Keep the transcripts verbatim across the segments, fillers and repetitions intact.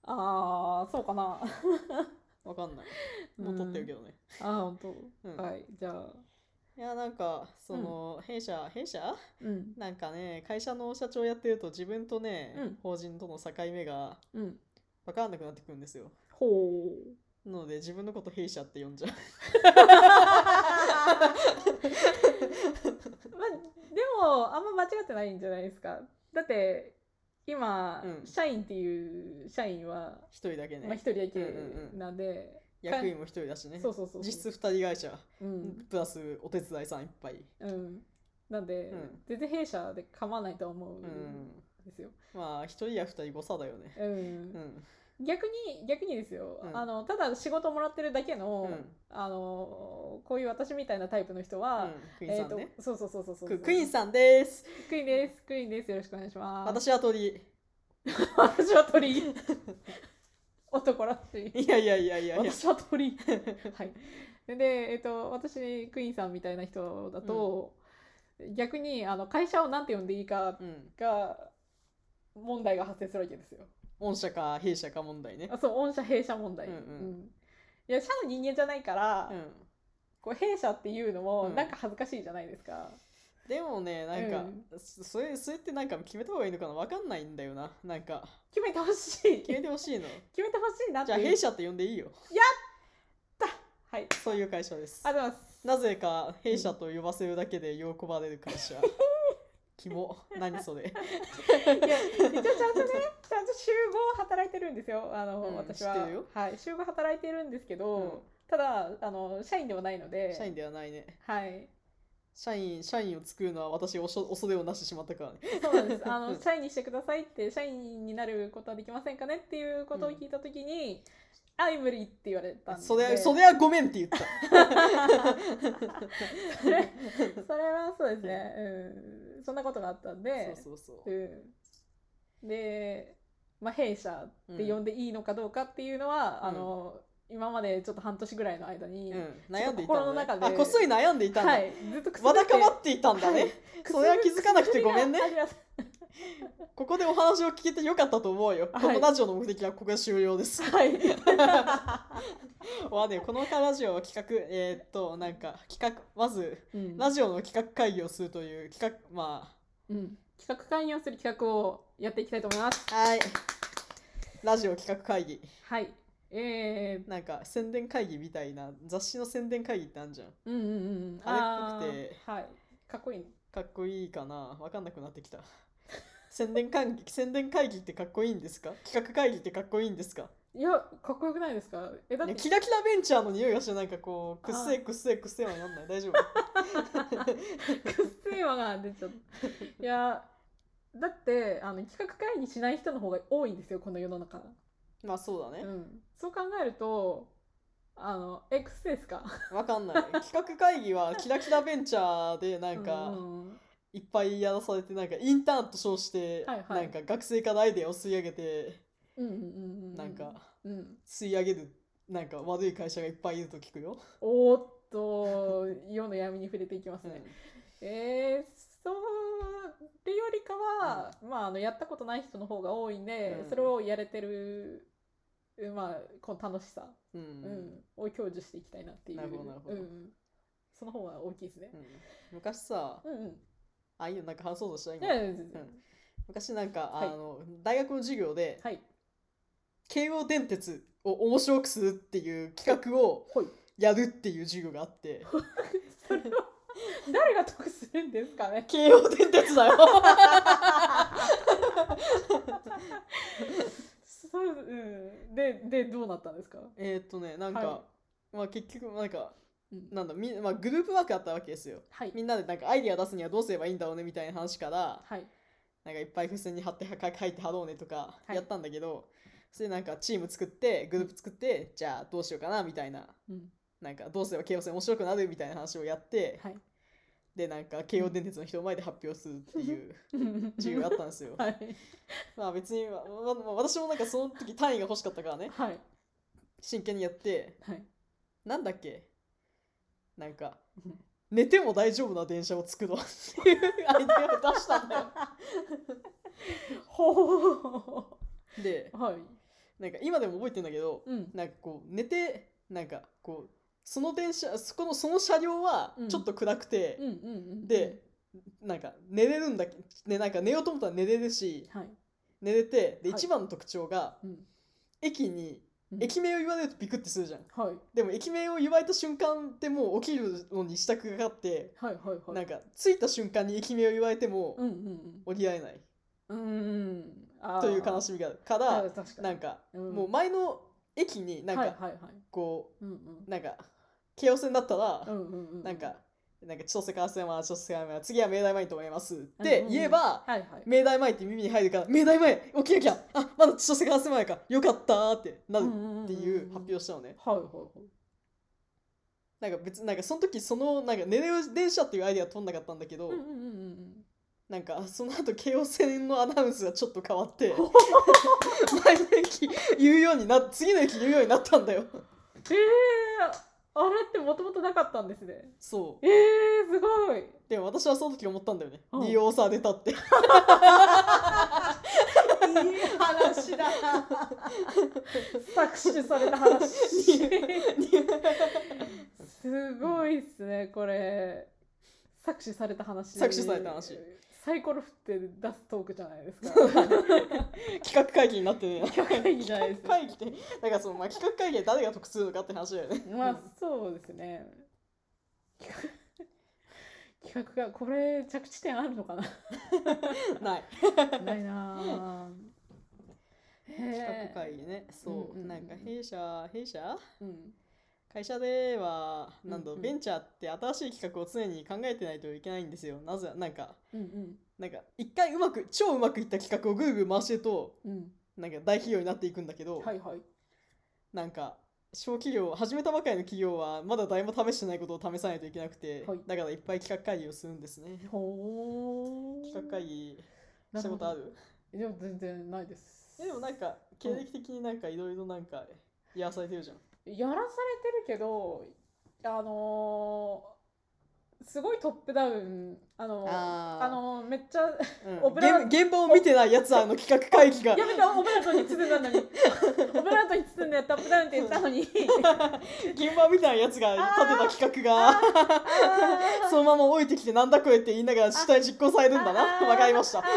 ああ、そうかな。 わかんない。もう取ってるけどね。 ああ、ほんと、 うん、 はい、じゃあ。 いやなんかその、弊社弊社うんなんかね、会社の社長やってると自分とね、 うん法人との境目がうん。 分かんなくなってくるんですよ。 ほう。 なので自分のこと弊社って呼んじゃう。 まあ、でもあんま間違ってないんじゃないですか。だって今、 うん社員っていう社員は一人だけね。 まあ一人だけうんうんうん。 なんで、 役員も一人だしね。 そうそうそうそう、 実質二人会社、 うんプラスお手伝いさんいっぱい。 うんなんで、 うん全然弊社で構わないと思うんうんですよ。 まあ一人や二人誤差だよね。 うん、 うん逆に逆にですよ、 うんあのただ仕事もらってるだけの、 うんあのこういう私みたいなタイプの人は、 うんクイーンえっ、とさんね。 そうそうそうそうそうククイーンさんです。 クイーンですクイーンです、よろしくお願いします。 私は鳥。 私は鳥。男らしい。 いやいやいやいやいや。 私は鳥。はい。で、えっと、私、クイーンさんみたいな人だと、逆にあの会社をなんて呼んでいいかうん。 が問題が発生するわけですよ。 御社か弊社か問題ね。 あ、そう、御社弊社問題。 うんうんうんいや、社の人間じゃないから、 うん。 こう弊社っていうのもうんなんか恥ずかしいじゃないですか。 でもね、なんか、 うんそそれ、それってなんか決めた方がいいのかなわかんないんだよな。なんか、 決めてほしい。 決めてほしいの。 決めてほしいなってじゃあいう。 弊社って呼んでいいよ。 はい。 そういう会社です。 ありがとうございます。 なぜか弊社と呼ばせるだけで喜ばれる会社。キモ。何それ。 いや、一応ちゃんとね、ちゃんと週ご働いてるんですよ。あの、 うん私は。 知ってるよはい、週ご働いてるんですけど、 うんただあの社員ではないので。 社員ではないね。 はい。 社員、社員を作るのは私おしょ恐れをなしてしまったからね。 そうなんです。あの、 うん社員にしてくださいって、社員になることはできませんかねっていうことを聞いたときに、あい無理って言われたんで。 それ、それはごめんって言った。 それ、それはそうですね。うん。そんなことがあったんで。 そうそうそう。 うん、で、まあ、弊社って呼んでいいのかどうかっていうのは、 うん、 あの今までちょっと半年ぐらいの間に、 うん、悩んでいた心の中で、 あ、こっそり悩んでいたんだ。 はい、ずっとくすぶわってだかまっていたんだね。 はい、 それは気づかなくてごめんね。 ありますここでお話を聞けてよかったと思うよ。 はいこのラジオの目的はここで終了です。 はいわね、このラジオは企画、えー、っと、なんか企画、まず、 うんラジオの企画会議をするという企画、まうん、企画会議をする企画をやっていきたいと思います。 あ、はい。ラジオ企画会議。 はい。えー、 なんか宣伝会議みたいな、雑誌の宣伝会議ってあるじゃん。 うんうんうん。 あれっぽくてあーはい。かっこいいね。 かっこいいかな、わかんなくなってきた。宣伝会議、宣伝会議ってかっこいいんですか？企画会議ってかっこいいんですか？ いや、かっこよくないですか？え、だっていやキラキラベンチャーの匂いがして、なんかこうくっせえくっせえくっせえはなんない？大丈夫？ くっせえわが出ちゃった。いや、だってあの企画会議しない人の方が多いんですよ、この世の中。 まあそうだね。 うん、そう考えると、あの X ですか？ わかんない。企画会議はキラキラベンチャーでなんかうんいっぱいやらされて、なんかインターンと称してはいはいなんか学生からアイデアを吸い上げてうんうんうんうんなんかうん吸い上げるなんか悪い会社がいっぱいいると聞くよ。 おーっと世の闇に触れていきますね。 うんえー、それよりかは、まああのやったことない人の方が多いんで、 うんそれをやれてるまあこの楽しさ、 うんうん、を享受していきたいなっていう。 なるほどなるほどうん、その方が大きいですね。 うん昔さ、 うんうん。 ああいうなんか話そうとした今、 いやいやいやうん昔なんか、 はいあの大学の授業で、 はい。 京王電鉄を面白くするっていう企画をほい。 やるっていう授業があってそれを誰が得するんですかね。 京王電鉄だよそう、うん、ででどうなったんですか。 えーっとねなんか、 はまあ結局なんかうんなんだみ、まあ、グループワークあったわけですよ。 はいみんなでなんかアイディア出すにはどうすればいいんだろうねみたいな話からはいなんかいっぱい付箋に貼ってはか書いて貼ろうねとかはいやったんだけど、それでなんかチーム作ってグループ作ってじゃあどうしようかなみたいな、 うんなんかどうすれば京王線面白くなるみたいな話をやって、 はいでなんか京王電鉄の人の前で発表するっていう授業があったんですよ。 はいまあ別に、ままま私もなんかその時単位が欲しかったからねはい真剣にやって、 はいなんだっけなんかうん寝ても大丈夫な電車を作ろうっていうアイデアを出したんだよ。 ほでうはいなんか今でも覚えてんだけど、 うんなんかこう寝てなんかこうその電車そこのその車両はちょっと暗くて、 うんうんうんでなんか寝れるんだけねなんか寝ようと思ったら寝れるしはい寝れてで、 はい一番の特徴がうん駅にうん駅名を言われるとビクってするじゃん。 はいでも駅名を言われた瞬間ってもう起きるのに支度がかかって、 はいはいはいなんか着いた瞬間に駅名を言われてもうんうん降りられないうんうんうんあーという悲しみがあるかあら、 ー確かになんかうんもう前の駅になんかはいはいはいこうんうんうなんか京王線だったらうんうんうんなんかなんか千歳川線は千歳川線は次は明大前に止まりますって言えば、 はいはい明大前って耳に入るから明大前起きなきゃあまだ千歳川線前かよかったーってなるっていう発表したのね。 はいはいはいなんか別なんかその時そのなんか寝れる電車っていうアイデアは取んなかったんだけど、 うんうんうんうんなんかその後京王線のアナウンスがちょっと変わって前の駅言うようにな次の駅言うようになったんだよ。 えー、あれってもともとなかったんですね。 そうえー、すごい。 でも私はその時思ったんだよね、 うん利用されたって。 いい話だ。搾取された話。すごいっすね、これ。搾取された話。 搾取された話。 サイコロ振って出すトークじゃないですか。 企画会議になってね。 企画会議じゃないですか。 会議ってだからその、まあ、企画会議で誰が得するのかって話だよね。 まあそうですね。企画企画がこれ着地点あるのかな。 ないないなぁ。 企画会議ね。そう、 うんうんうんなんか弊社弊社うん会社ではなんだろう、 うんうんベンチャーって新しい企画を常に考えてないといけないんですよ。なぜなんかうんうんなんか一回うまく超うまくいった企画をぐるぐる回してるとうんなんか大企業になっていくんだけど、 はいはい。 なんか小企業始めたばかりの企業はまだ誰も試してないことを試さないといけなくて、 はいだからいっぱい企画会議をするんですね。 ほー。 企画会議したことある？ でも全然ないです。 えでもなんか経歴的になんかいろいろなんかやらされてるじゃん。 やらされてるけど、あのー、すごいトップダウン、あのー、 あーあのー、めっちゃ、 うんオブラ現現場を見てないやつはあの企画会議がやめて、オブラートに包んだのに、オブラートに包んでトップダウンって言ったのに、 現場を見てないやつが立てた企画がそのまま置いてきてなんだこれって言いながら主体実行されるんだな。 あーわかりました。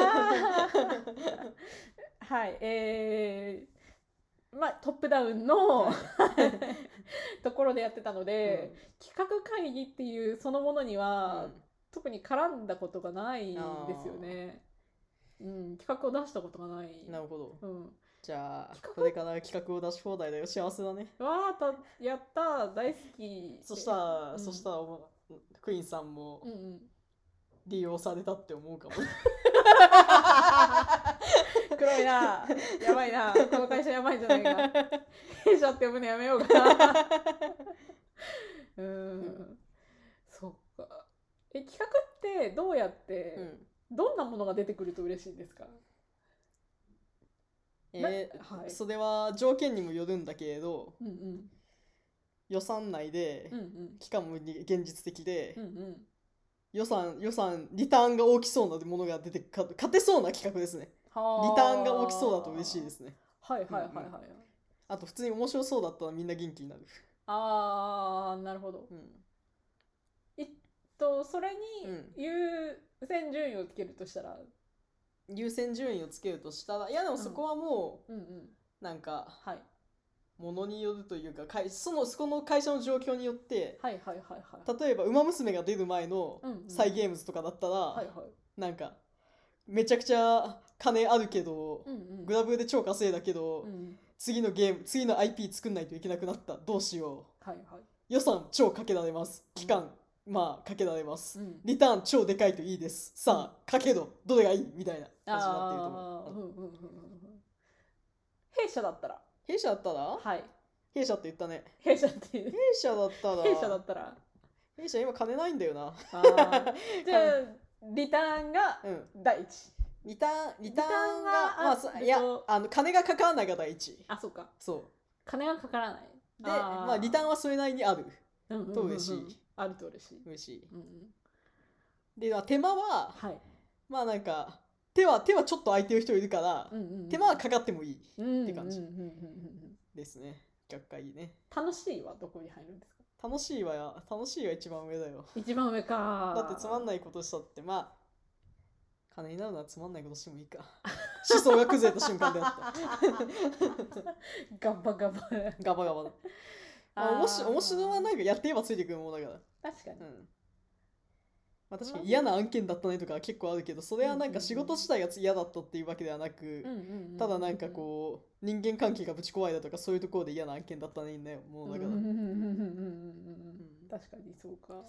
はい、えー、まあトップダウンのところでやってたので、企画会議っていうそのものには、 うん特に絡んだことがないんですよね。うん、企画を出したことがない。 なるほど。 うん、 じゃあ企画これから企画を出し放題だよ。幸せだね。 わーたやったー大好き。 そしたら、 うんそしたらおクイーンさんもうんうん、 利用されたって思うかも。 黒いな、やばいな、この会社やばいんじゃないか。弊社って呼ぶのやめようかな。うーん、そっか。え、企画ってどうやって、 うんどんなものが出てくると嬉しいですか？ えーはいそれは条件にもよるんだけれど、 うんうん予算内で、 うんうん期間も現実的で、 うんうん。 予算予算リターンが大きそうなものが出てか勝てそうな企画ですね。 はリターンが大きそうだと嬉しいですすね。 はいはいはいはい、 うんあと普通に面白そうだったらみんな元気になる。 あーなるほど。 うんえっとそれにうん優先順位をつけるとしたら、 優先順位をつけるとしたら、いやでもそこはもうんうん、 うなんかはいものによるというか、会そのそこの会社の状況によって、 はいはいはいはい例えば「ウマ娘」が出る前のうんうんサイ・ゲームズとかだったら、 はいはいなんかめちゃくちゃ金あるけど、 うんうんグラブで超稼いだけど、 うん次のゲーム次の アイピー 作んないといけなくなった、どうしよう、 はいはい予算超かけられます、期間、まあかけられます、 うんリターン超でかいといいです、さあかけどどれがいいみたいな感じになってると思う。 あーうんうんうんうんうん弊社だったら弊社だったら、 はい弊社って言ったね。 弊社っていう弊社だったら弊社だったら弊社今金ないんだよな。 あーじゃあリターンがうん第一。 リターンリターンがリターンがまあそあるといやあの金がかからないが第一。 あそうか、 そ金がかからない。 うでまあリターンはそれなりにある。 ーン、うんうんうんうんと嬉しいあると嬉しい。 嬉しい。 うんうん、 でまあ手間ははい。 まあなんか手は手はちょっと空いてる人いるから、 うんうんうん、 手間はかかってもいいうんって感じうんうんうんうんうんですね。逆がいいね。 楽しいはどこに入るんですか？ 楽しいはや楽しいは一番上だよ。 一番上か。 だってつまんないことしたってまあ金になるのはつまんないことしてもいいか。思想が崩れた瞬間であったガバガバガバガバだ。まあ、おもし面白はなんかやって言えばついてくるものだから確かに、 うんまあ、確かに嫌な案件だったねとか結構あるけど、それはなんか仕事自体が嫌だったっていうわけではなく、ただなんかこう人間関係がぶち壊れたとかそういうところで嫌な案件だったねんだよもうだから、 うんうんうんうんうんうんうん確かにそうか。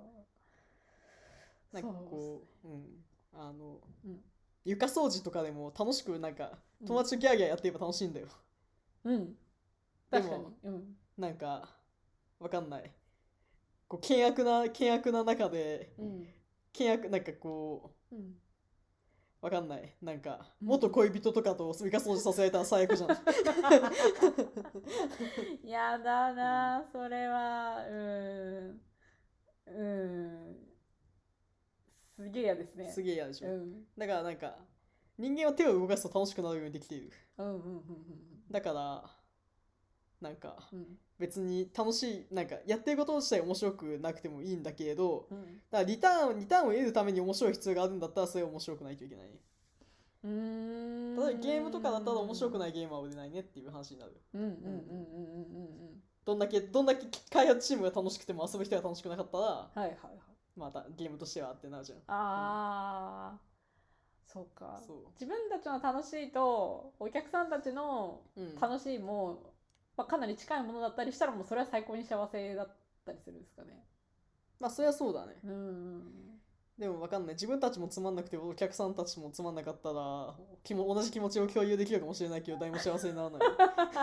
そうなんかこううんあの、 うん床掃除とかでも楽しくなんか友達とギャーギャーやってれば楽しいんだよ。 うん確かに、うん、 なんかわかんないこう険悪な険悪な中で、 うん、 険悪なんかこう、 うん、 わかんないなんかうん元恋人とかと床掃除させられたら最悪じゃん。 やだなそれはうんうんすげえ嫌ですね。 すげえ嫌でしょ、 うん、 だからなんか人間は手を動かすと楽しくなるようにできている。 うんうんうんうんだからなんかうん別に楽しいなんかやってること自体面白くなくてもいいんだけれど、 うんだからリターンリターンを得るために面白い必要があるんだったらそれは面白くないといけない。 うーん例えばゲームとかだったら面白くないゲームは売れないねっていう話になる。 うんうんうんうんうんうんどんだけどんだけ開発チームが楽しくても遊ぶ人が楽しくなかったらはいはいはいまたゲームとしてはってなるじゃん。 ああ、そうかそう自分たちの楽しいとお客さんたちのうん楽しいも、まあ、かなり近いものだったりしたらもうそれは最高に幸せだったりするんですかね。 まあそれはそうだね。 うんでも分かんない自分たちもつまんなくてお客さんたちもつまんなかったら気も同じ気持ちを共有できるかもしれないけど誰も幸せにならない。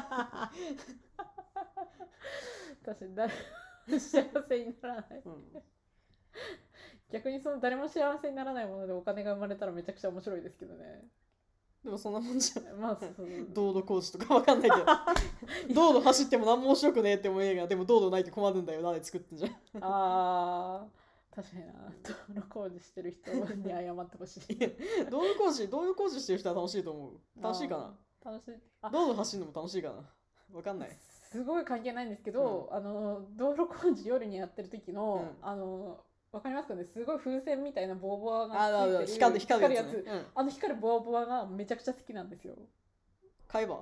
確かに誰も幸せにならない、 うん、 逆にその誰も幸せにならないものでお金が生まれたらめちゃくちゃ面白いですけどね。 でもそんなもんじゃん。 まあそう道路工事とか分かんないけど道路走っても何も面白くねえって思えがでも道路ないと困るんだよ誰作ってんじゃん。 あー確かにな道路工事してる人に謝ってほしい。 道路工事道路工事してる人は楽しいと思う。楽しいかな。 楽しいあ道路走るのも楽しいかな分かんない。 すごい関係ないんですけど、うん、あの道路工事夜にやってる時の、うん、あのわかりますかねすごい風船みたいなボーボーがついてる光る光るやつ、 ね、うん、あの光るボーボーがめちゃくちゃ好きなんですよ。 買えば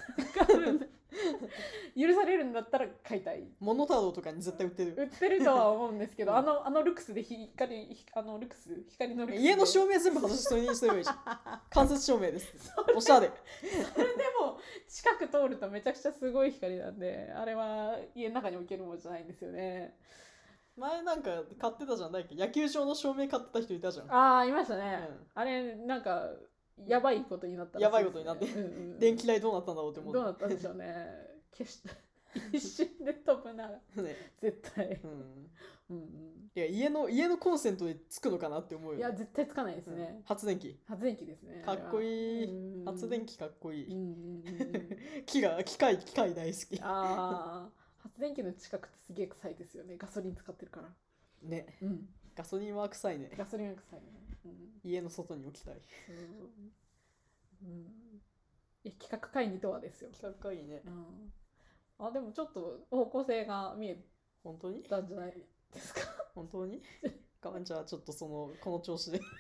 許されるんだったら買いたい。 モノタロウとかに絶対売ってる売ってるとは思うんですけど、うん、あのあのルクスで光あのルクス光のルクス家の照明全部外しそれにすればいいじゃん。間接照明ですおしゃれ。 それでも近く通るとめちゃくちゃすごい光なんであれは家の中に置けるものじゃないんですよね。 前なんか買ってたじゃん。だっけ野球場の照明買ってた人いたじゃん。 ああいましたね、うん、あれなんかやばいことになったらしいですね、 やばいことになって、うんうん、電気代どうなったんだろうって思う。 どうなったんでしょうね。消した一瞬で飛ぶなら、ね、絶対、うんうんうん、いや家の家のコンセントでつくのかなって思うよ。 いや絶対つかないですね、 うん、発電機発電機ですね。 かっこいい。発電機かっこいい。 うんうんうん、 機が機械機械大好き。 あ発電機の近くってすげえ臭いですよね。ガソリン使ってるからね、 うん、 ガソリンは臭いね。 ガソリンは臭いね、うん、 家の外に置きたい。 うん、いや企画会議とはですよ。 企画会議ね、 うん、あでもちょっと方向性が見え本当にたんじゃないですか。 本当にかまんちゃんはちょっとそのこの調子で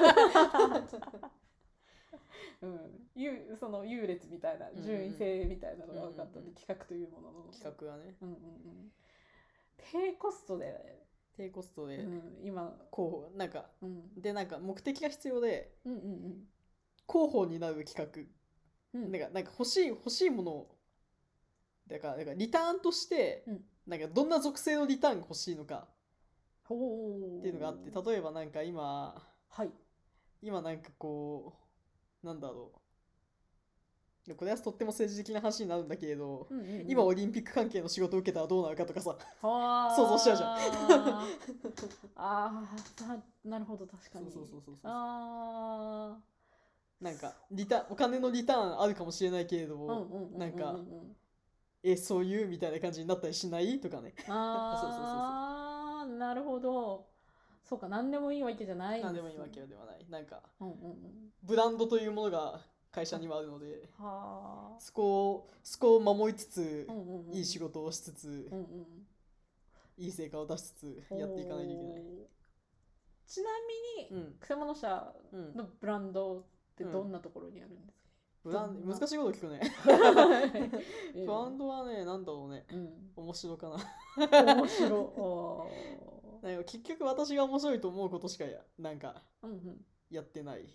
うん、優その優劣みたいな順位性みたいなのが分かったんで、うんうん、企画というものの企画はね、 うんうんうん、低コストで、ね、 低コストで、うん、 今こうなんか、 うん、 でなんか目的が必要で、 うんうんうん、 広報になる企画、 うん、 なんかなんか欲しい欲しいものをだからだからリターンとして、うん、なんかどんな属性のリターンが欲しいのかっていうのがあって、例えばなんか今、 はい、 今なんかこうなんだろうこれはとっても政治的な話になるんだけれど、うんうんうん、今オリンピック関係の仕事を受けたらどうなるかとかさ想像しちゃうじゃん。 ああなるほど確かに。 そうそうそうそうそう。 あなんかリタお金のリターンあるかもしれないけれど、なんかえそういうみたいな感じになったりしないとかね。 ああなるほど。 そうか、何でもいいわけじゃないんです、ね、 何でもいいわけではない。なんか、 うんうんうん、 ブランドというものが会社にはあるので、 はそこをそこを守りつつ、 うんうんうん、 いい仕事をしつつ、 うんうん、 いい成果を出しつつやっていかないといけない。 ちなみに、 うん、 くせ者社のブランドってどんなところにあるんですか？ ブラン難しいこと聞くね。ブランドはね、なんだろうね、うん、面白かな。 面白なんか結局私が面白いと思うことしかやなんかやってない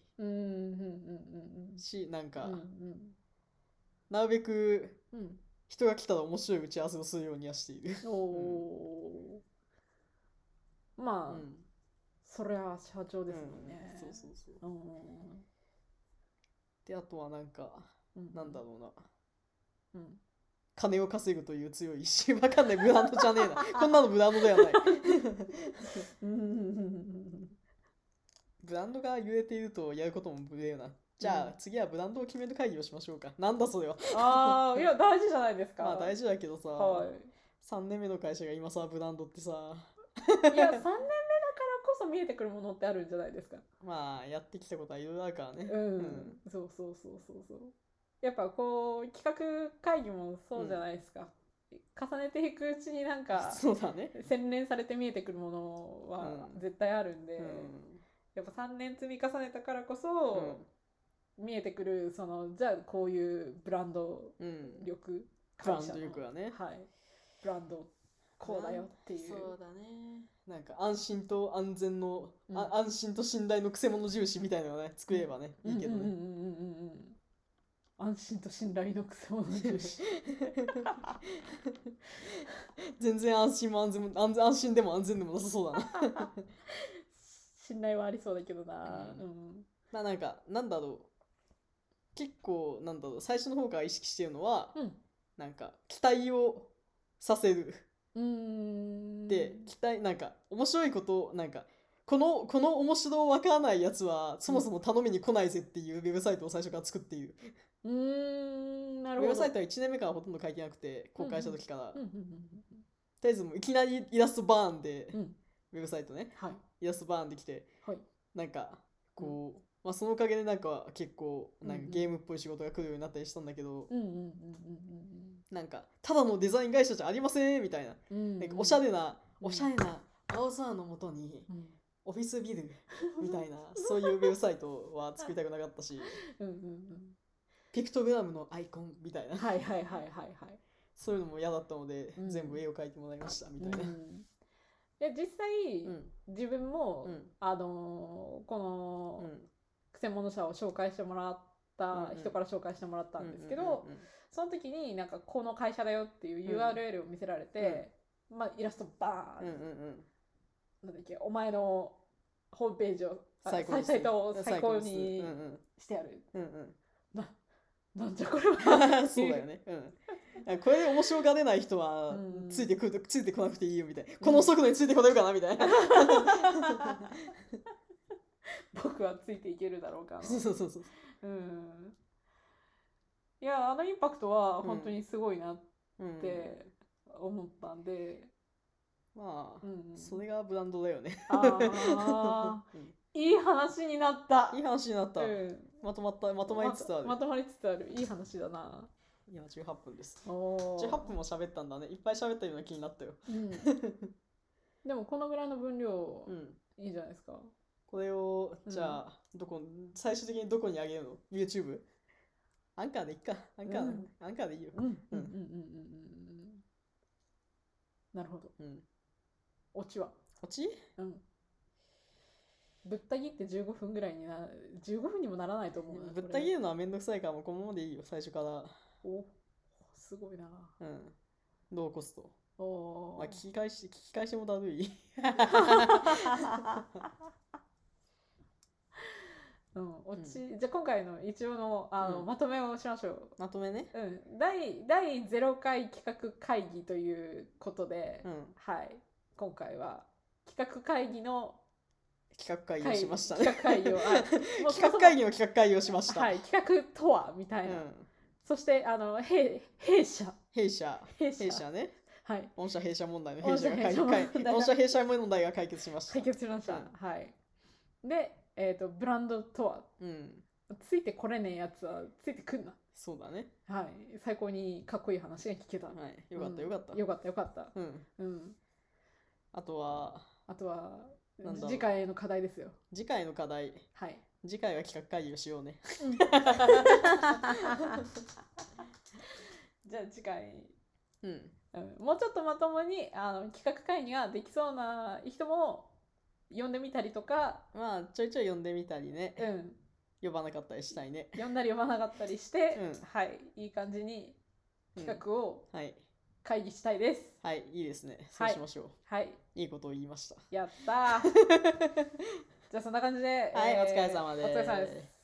し、なんか、うんうん、なるべく人が来たら面白い打ち合わせをするようにはしている。おうん、まあ、うん、そりゃ社長ですもんね、 うん、そうそうそう、うん、であとはなんか、うん、なんだろうな、うん、金を稼ぐという強い意志。わかんない、ブランドじゃねえな。こんなのブランドではない。ブランドが言えているとやることも無礼な。じゃあ次はブランドを決める会議をしましょうか。なんだそれは。 ああ、いや大事じゃないですか。 まあ大事だけどさ、はい、さんねんめの会社が今さブランドってさ。 いやさんねんめだからこそ見えてくるものってあるんじゃないですか。 まあやってきたことはいろいろあるからね。 うん、うん、そうそうそうそうそう。やっぱこう企画会議もそうじゃないですか、うん、重ねていくうちになんかそうだね、 洗練されて見えてくるものは絶対あるんで、うん、やっぱさんねん積み重ねたからこそ、うん、見えてくるそのじゃあこういうブランド力、うん、 ブランド力はね、 はい、ブランドこうだよっていう、 そうだね、なんか安心と安全の、うん、安心と信頼のくせ者重視みたいなのがね作ればね、うん、いいけどね。 安心と信頼のくせ者重視。 全然安心も安全も安安心でも安全でもなさそうだな。 信頼はありそうだけどな。うん。うん、 まあなんかなんだろう。結構なんだろう、最初の方から意識してるのは、うん、なんか期待をさせる。うーん。で期待なんか面白いことなんか。この、この面白わからないやつはそもそも頼みに来ないぜっていうウェブサイトを最初から作っている。うーん、なるほど。ウェブサイトはいちねんめからほとんど書いてなくて、公開した時から。とりあえずもういきなりイラストバーンで、うん、ウェブサイトね、はい、イラストバーンできて、はい、なんかこう、うん、まあ、そのおかげでなんか結構なんかゲームっぽい仕事が来るようになったりしたんだけど、なんかただのデザイン会社じゃありませんみたいな、うん、なんかおしゃれな、おしゃれな青空のもとに、うん、オフィスビルみたいなそういうウェブサイトは作りたくなかったしうんうん、うん、ピクトグラムのアイコンみたいなはいはいはいはいはいそういうのも嫌だったので、うん、全部絵を描いてもらいましたみたいな、うん、いや実際、うん、自分も、うん、あのー、この、うん、くせ者社を紹介してもらった人から紹介してもらったんですけど、その時になんかこの会社だよっていう ユーアールエル を見せられて、うん、まあイラストバーン、うんうんうん、なんだっけお前のホームページをサイトを最高にしてやる、うんうん、な, なんじゃこれはそうだよね、うん、これで面白がれない人はついてくるついてこなくていいよみたいな、うん、この速度についてこれるかなみたいな僕はついていけるだろうかなそうそうそうそう、うん、 いやあのインパクトは本当にすごいなって思ったんで、 まあ、うん、それがブランドだよねあ、うん、いい話になったいい話になった、うん、まとまったまとまりつつあるま, まとまりつつあるいい話だな。 今じゅうはっぷんです。じゅうはっぷんも喋ったんだね。いっぱい喋ったような気になったよ、うん、 でもこのぐらいの分量、うん、いいじゃないですか。 これをじゃあ、うん、どこ最終的にどこにあげるの？ YouTube？ アンカーでいっか。アンカー、うん、アンカーでいいよ。うんうんうんうんうん。 なるほど。うん。オチは？ オチ？ うん。ぶった切ってじゅうごふんぐらいになじゅうごふんにもならないと思うな。 ぶった切るのはめんどくさいからもうこのままでいいよ最初から。 お、すごいな。 うん。ローコスト。おまあ聞き返し聞き返してもだるい。 うん、オチ、うん、じゃあ今回の一応のあの、うん、まとめをしましょう。 まとめね。 うん。第第ゼロ回企画会議ということで、うん、はい。今回は企画会議の企画会議をしましたね。 企画会議を企画会議の企画会議をしました。 はい。企画とはみたいな。うん、そしてあの弊弊社弊社弊社ね。 はい。 御社弊社問題の弊社が解御社弊社問題御社弊社問題が解決しました。 解決しました。 うんはい。で、えっ、と、ブランドとは、 うん。 ついてこれねえやつはついてくんな。 そうだね。 はい。最高にかっこいい話が聞けた。 はい。よかったよかった。 よかったよかった。 うん。 うん。 あとは、 あとは、 なんだろう次回の課題ですよ。 次回の課題。 はい。 次回は企画会議をしようね。 じゃあ次回、 うん。 うん、もうちょっとまともにあの企画会議ができそうな人も呼んでみたりとか、 まあ、ちょいちょい呼んでみたりね。 うん、 呼ばなかったりしたいね。 呼んだり呼ばなかったりして、 うんはい、いい感じに企画をはい。 会議したいです。 はい、いいですね。そうしましょう。 はい、 いいことを言いました。 やったー。じゃあそんな感じで、 はい、 えーお疲れ様です。 お疲れ様です。